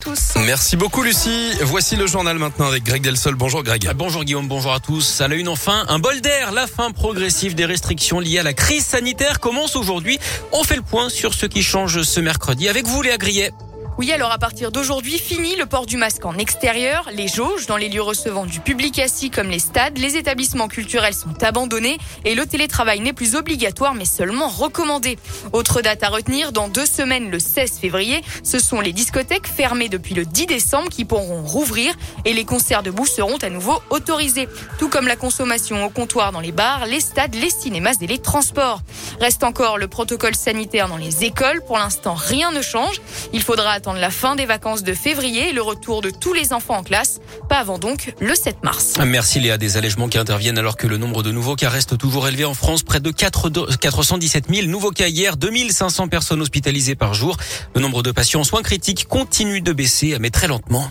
tous. Merci beaucoup Lucie. Voici le journal maintenant avec Greg Delsol. Bonjour Greg. Bonjour Guillaume, bonjour à tous. À la une enfin, un bol d'air. La fin progressive des restrictions liées à la crise sanitaire commence aujourd'hui. On fait le point sur ce qui change ce mercredi avec vous Léa Grillet. Oui, alors à partir d'aujourd'hui, fini le port du masque en extérieur. Les jauges dans les lieux recevant du public assis comme les stades, les établissements culturels sont abandonnés et le télétravail n'est plus obligatoire mais seulement recommandé. Autre date à retenir, dans 2 semaines, le 16 février, ce sont les discothèques fermées depuis le 10 décembre qui pourront rouvrir et les concerts debout seront à nouveau autorisés. Tout comme la consommation au comptoir dans les bars, les stades, les cinémas et les transports. Reste encore le protocole sanitaire dans les écoles. Pour l'instant, rien ne change. Il faudra attendre la fin des vacances de février et le retour de tous les enfants en classe. Pas avant donc le 7 mars. Merci Léa. Des allègements qui interviennent alors que le nombre de nouveaux cas reste toujours élevé en France. Près de 417 000 nouveaux cas hier, 2500 personnes hospitalisées par jour. Le nombre de patients en soins critiques continue de baisser, mais très lentement.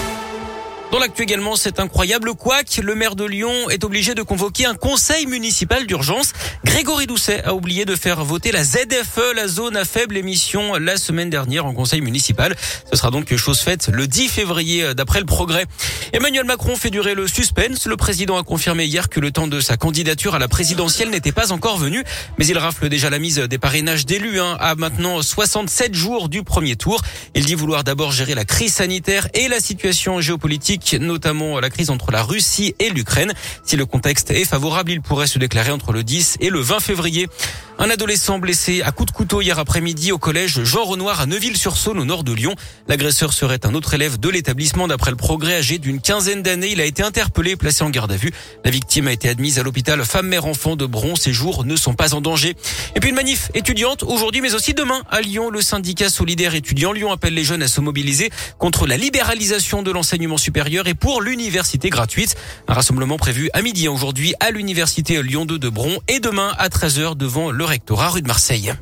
Dans l'actu également, c'est incroyable couac. Le maire de Lyon est obligé de convoquer un conseil municipal d'urgence. Grégory Doucet a oublié de faire voter la ZFE, la zone à faible émission, la semaine dernière en conseil municipal. Ce sera donc chose faite le 10 février d'après le Progrès. Emmanuel Macron fait durer le suspense. Le président a confirmé hier que le temps de sa candidature à la présidentielle n'était pas encore venu. Mais il rafle déjà la mise des parrainages d'élus à maintenant 67 jours du premier tour. Il dit vouloir d'abord gérer la crise sanitaire et la situation géopolitique, notamment la crise entre la Russie et l'Ukraine. Si le contexte est favorable, il pourrait se déclarer entre le 10 et le 20 février. Un adolescent blessé à coups de couteau hier après-midi au collège Jean Renoir à Neuville-sur-Saône au nord de Lyon. L'agresseur serait un autre élève de l'établissement d'après le Progrès, âgé d'une quinzaine d'années. Il a été interpellé et placé en garde à vue. La victime a été admise à l'hôpital femme-mère-enfant de Bron. Ses jours ne sont pas en danger. Et puis une manif étudiante aujourd'hui mais aussi demain à Lyon. Le syndicat solidaire étudiant Lyon appelle les jeunes à se mobiliser contre la libéralisation de l'enseignement supérieur et pour l'université gratuite. Un rassemblement prévu à midi aujourd'hui à l'université Lyon 2 de Bron et demain à 13h devant le rectorat rue de Marseille.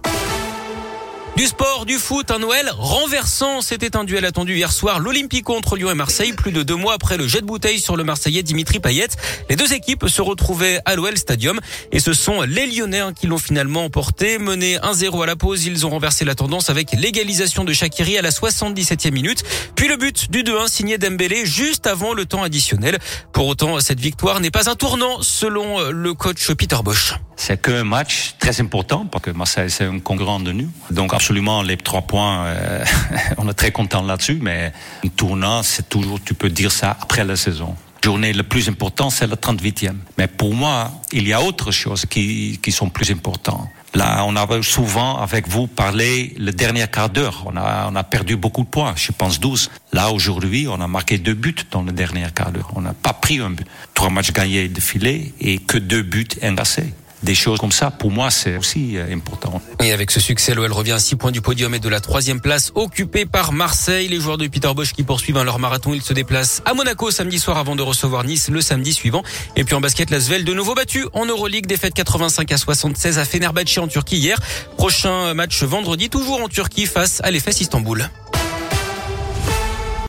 Du sport, du foot, un Noël renversant. C'était un duel attendu hier soir. L'Olympico entre Lyon et Marseille, plus de 2 mois après le jet de bouteille sur le Marseillais Dimitri Payet. Les deux équipes se retrouvaient à l'OL Stadium et ce sont les Lyonnais qui l'ont finalement emporté. Menés 1-0 à la pause, ils ont renversé la tendance avec l'égalisation de Shaqiri à la 77e minute. Puis le but du 2-1 signé Dembélé juste avant le temps additionnel. Pour autant, cette victoire n'est pas un tournant selon le coach Peter Bosz. C'est qu'un match très important parce que Marseille c'est un concurrent de nous. Donc absolument les 3 points, on est très content là-dessus. Mais un tournant, c'est toujours, tu peux dire ça après la saison. La journée le plus importante, c'est la 38e. Mais pour moi, il y a autre chose qui sont plus importantes. Là, on a souvent avec vous parlé le dernier quart d'heure. On a perdu beaucoup de points, je pense 12. Là, aujourd'hui, on a marqué 2 buts dans le dernier quart d'heure. On n'a pas pris un but. 3 matchs gagnés d'affilée et que 2 buts encaissés. Des choses comme ça, pour moi, c'est aussi important. Et avec ce succès, l'OL revient à 6 points du podium et de la 3e place occupée par Marseille. Les joueurs de Peter Bosz qui poursuivent leur marathon, ils se déplacent à Monaco samedi soir avant de recevoir Nice le samedi suivant. Et puis en basket, l'Asvel de nouveau battu en Euroleague, défaite 85-76 à Fenerbahçe en Turquie hier. Prochain match vendredi, toujours en Turquie face à l'Efes Istanbul.